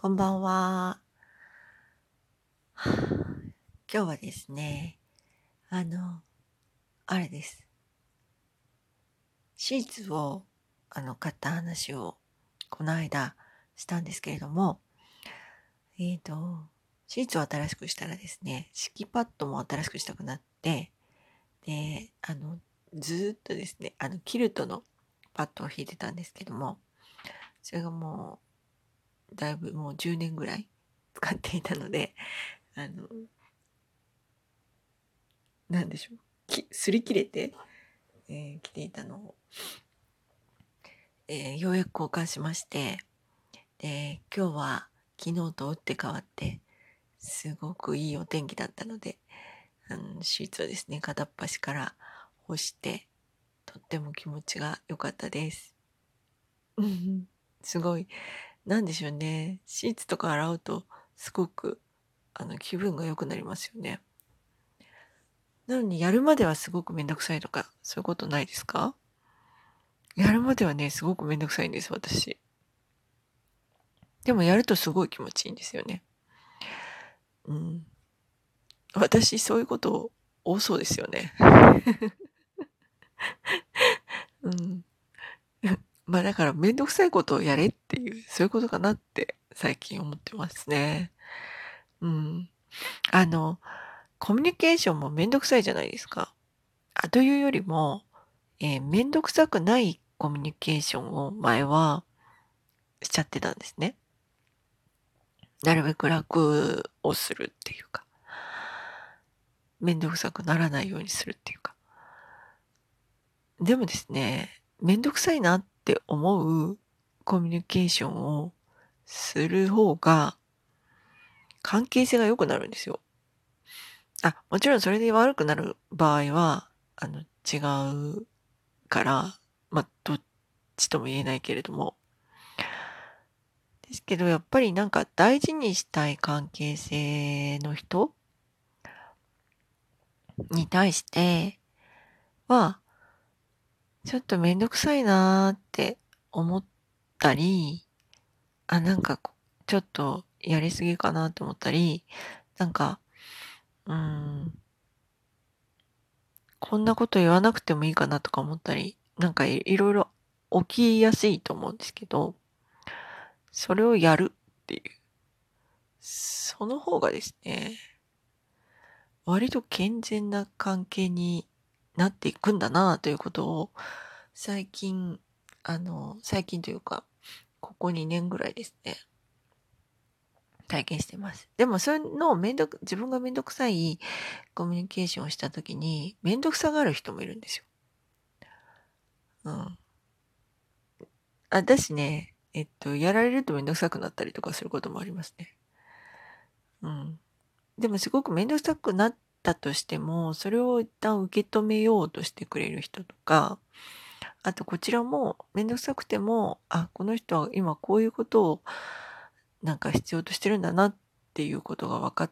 こんばんは。今日はですね、あの、あれです。シーツを、買った話を、この間したんですけれども、えっと、シーツを新しくしたらですね、敷きパッドも新しくしたくなって、で、ずーっとですね、キルトのパッドを引いてたんですけども、それがもだいぶもう10年ぐらい使っていたので、あの、なんでしょう、擦り切れて、着ていたのを、ようやく交換しまして、で、今日は昨日と打って変わって、すごくいいお天気だったので、シーツをですね、片っ端から干して、とっても気持ちが良かったです。うんすごい、なんでしょうね。シーツとか洗うと、すごく、気分が良くなりますよね。なのに、やるまではすごくめんどくさいとか、そういうことないですか？やるまではね、すごくめんどくさいんです、私。でもやるとすごい気持ちいいんですよね。うん。私、そういうこと多そうですよね。うん。まあだからめんどくさいことをやれっていう、そういうことかなって最近思ってますね。うん。あの、コミュニケーションもめんどくさいじゃないですか。というよりも、めんどくさくないコミュニケーションを前はしちゃってたんですね。なるべく楽をするっていうか、めんどくさくならないようにするっていうか。でもですね、めんどくさいなって思うコミュニケーションをする方が関係性が良くなるんですよ。もちろんそれで悪くなる場合は、違うから、どっちとも言えないけれども。ですけど、やっぱりなんか大事にしたい関係性の人に対しては、ちょっとめんどくさいなーって思ったり、なんかちょっとやりすぎかなと思ったり、なんか、うーん、こんなこと言わなくてもいいかなとか思ったり、なんかいろいろ起きやすいと思うんですけど、それをやるっていう、その方がですね、割と健全な関係になっていくんだなということを、最近、最近というか、ここ2年ぐらいですね、体験してます。でも、そういうのを自分がめんどくさいコミュニケーションをしたときに、めんどくさがる人もいるんですよ。うん。だしね、やられるとめんどくさくなったりとかすることもありますね。うん。でもすごくめんどくさくなったとしても、それを一旦受け止めようとしてくれる人とか、あとこちらもめんどくさくても、この人は今こういうことをなんか必要としてるんだなっていうことが分かって、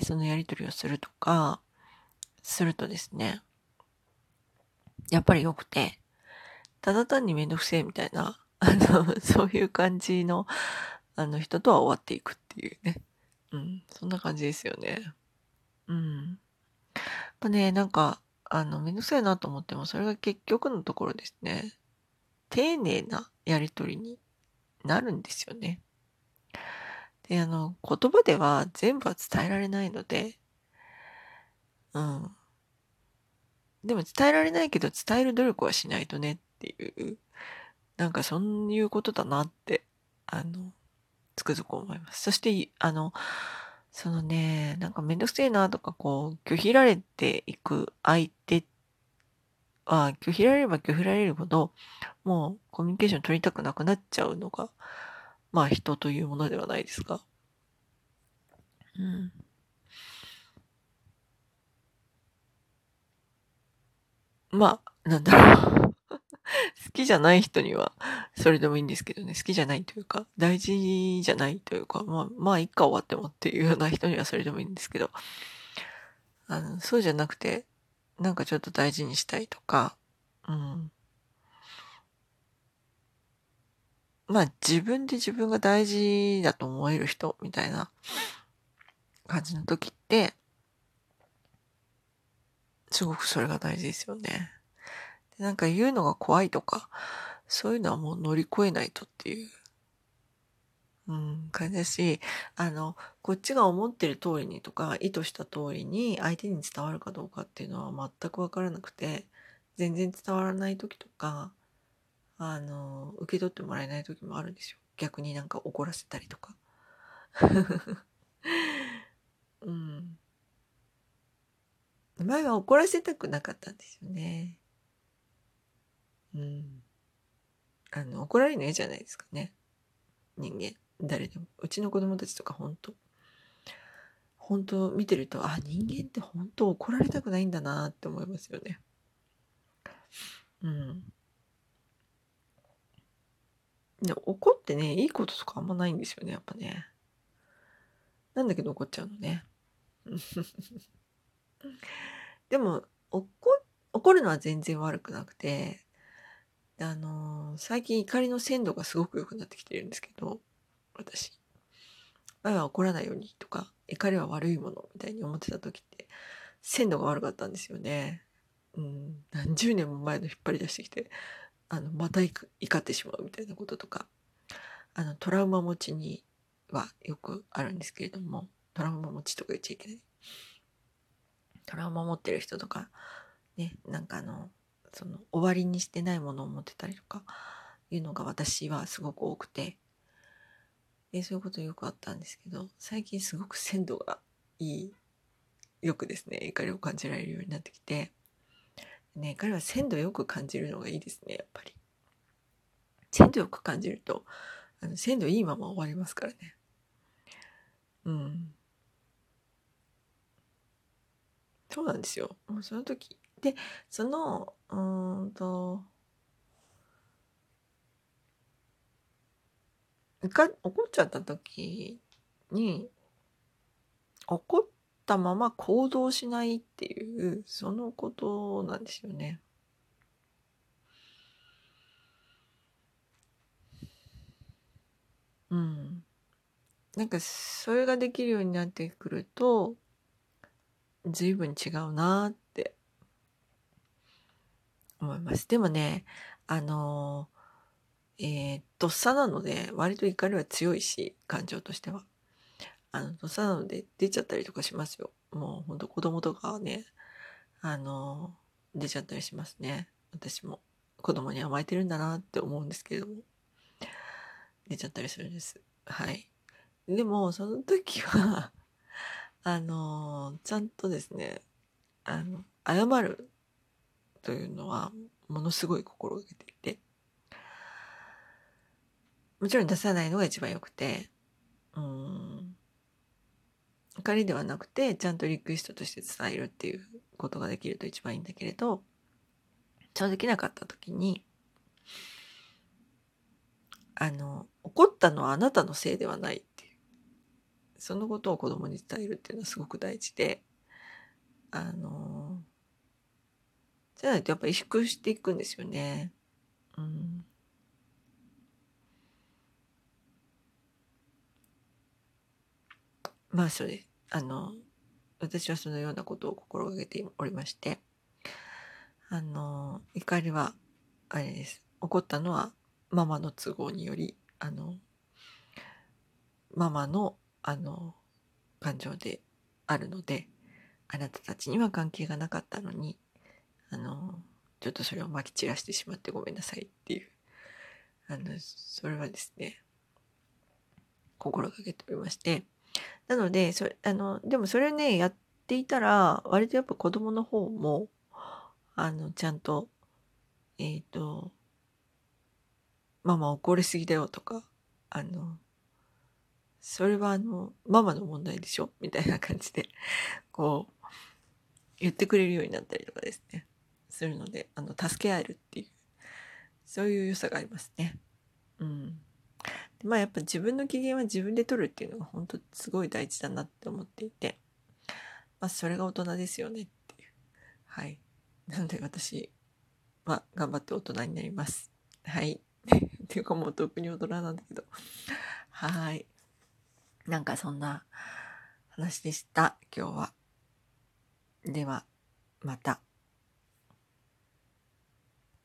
そのやり取りをするとか、するとですね、やっぱり良くて、ただ単にめんどくせえみたいな、そういう感じの、人とは終わっていくっていうね。うん、そんな感じですよね。うん。ね、なんか、めんどくさいなと思っても、それが結局のところですね、丁寧なやり取りになるんですよね。で、言葉では全部は伝えられないので、うん。でも伝えられないけど伝える努力はしないとねっていう、なんかそういうことだなって、つくづく思います。そして、そのね、なんかめんどくせえなとか、拒否られていく相手は、拒否られれば拒否られるほど、もうコミュニケーション取りたくなくなっちゃうのが、人というものではないですか。うん。なんだろう。好きじゃない人にはそれでもいいんですけどね。好きじゃないというか、大事じゃないというか、いっか終わってもっていうような人にはそれでもいいんですけど、そうじゃなくて、なんかちょっと大事にしたいとか、うん。 自分で自分が大事だと思える人みたいな感じの時って、すごくそれが大事ですよね。で、なんか言うのが怖いとか、そういうのはもう乗り越えないとっていう、感じだし、こっちが思ってる通りにとか、意図した通りに相手に伝わるかどうかっていうのは全くわからなくて、全然伝わらない時とか、受け取ってもらえない時もあるんですよ。逆になんか怒らせたりとか。うん。前は怒らせたくなかったんですよね。うん。怒られるの嫌じゃないですかね。人間。誰でも。うちの子供たちとか本当見てると、人間って本当怒られたくないんだなって思いますよね。うん。で、怒ってね、いいこととかあんまないんですよね、やっぱね。なんだけど怒っちゃうのね。でも、怒るのは全然悪くなくて、最近怒りの鮮度がすごく良くなってきてるんですけど、私。前は怒らないようにとか、怒りは悪いものみたいに思ってた時って、鮮度が悪かったんですよね。何十年も前の引っ張り出してきて、また怒ってしまうみたいなこととか、トラウマ持ちにはよくあるんですけれども、トラウマ持ちとか言っちゃいけない。トラウマ持ってる人とか、ね、なんか終わりにしてないものを持ってたりとか、いうのが私はすごく多くて、で、そういうことよくあったんですけど、最近すごく鮮度がいい、よくですね、怒りを感じられるようになってきて、ね、怒りは鮮度よく感じるのがいいですね、やっぱり。鮮度よく感じると、鮮度いいまま終わりますからね。うん。そうなんですよ。もうその時。で、その、怒っちゃった時に、怒ったまま行動しないっていう、そのことなんですよね。うん。なんか、それができるようになってくると、随分違うなって思います。でもね、あの、とっさなので、割と怒りは強いし、感情としては。とっさなので出ちゃったりとかしますよ。もうほんと子供とかはね、あの、出ちゃったりしますね。私も子供に甘えてるんだなって思うんですけれども、出ちゃったりするんです。はい。でも、その時はちゃんとですね、謝るというのは、ものすごい心がけていて、もちろん出さないのが一番良くて、うーん、怒りではなくて、ちゃんとリクエストとして伝えるっていうことができると一番いいんだけれど、そうできなかった時に、怒ったのはあなたのせいではないっていう、そのことを子供に伝えるっていうのはすごく大事で、あの、じゃないとやっぱ萎縮していくんですよね。うん。そうです。私はそのようなことを心がけておりまして、怒りは、あれです。起こったのはママの都合により、ママの、感情であるので、あなたたちには関係がなかったのに、あの、ちょっとそれを撒き散らしてしまってごめんなさいっていう、それはですね、心がけておりまして、なので、でもそれをね、やっていたら、割とやっぱ子供の方も、ちゃんと、えっと、ママ怒りすぎだよとか、あの、それはママの問題でしょみたいな感じで、こう、言ってくれるようになったりとかですね、するので、助け合えるっていう、そういう良さがありますね。うん。やっぱ自分の機嫌は自分で取るっていうのが本当すごい大事だなって思っていて、それが大人ですよねっていう。はい。なので私は頑張って大人になります。はい。 っていうかもう特に大人なんだけど。はい。なんかそんな話でした、今日は。では、また。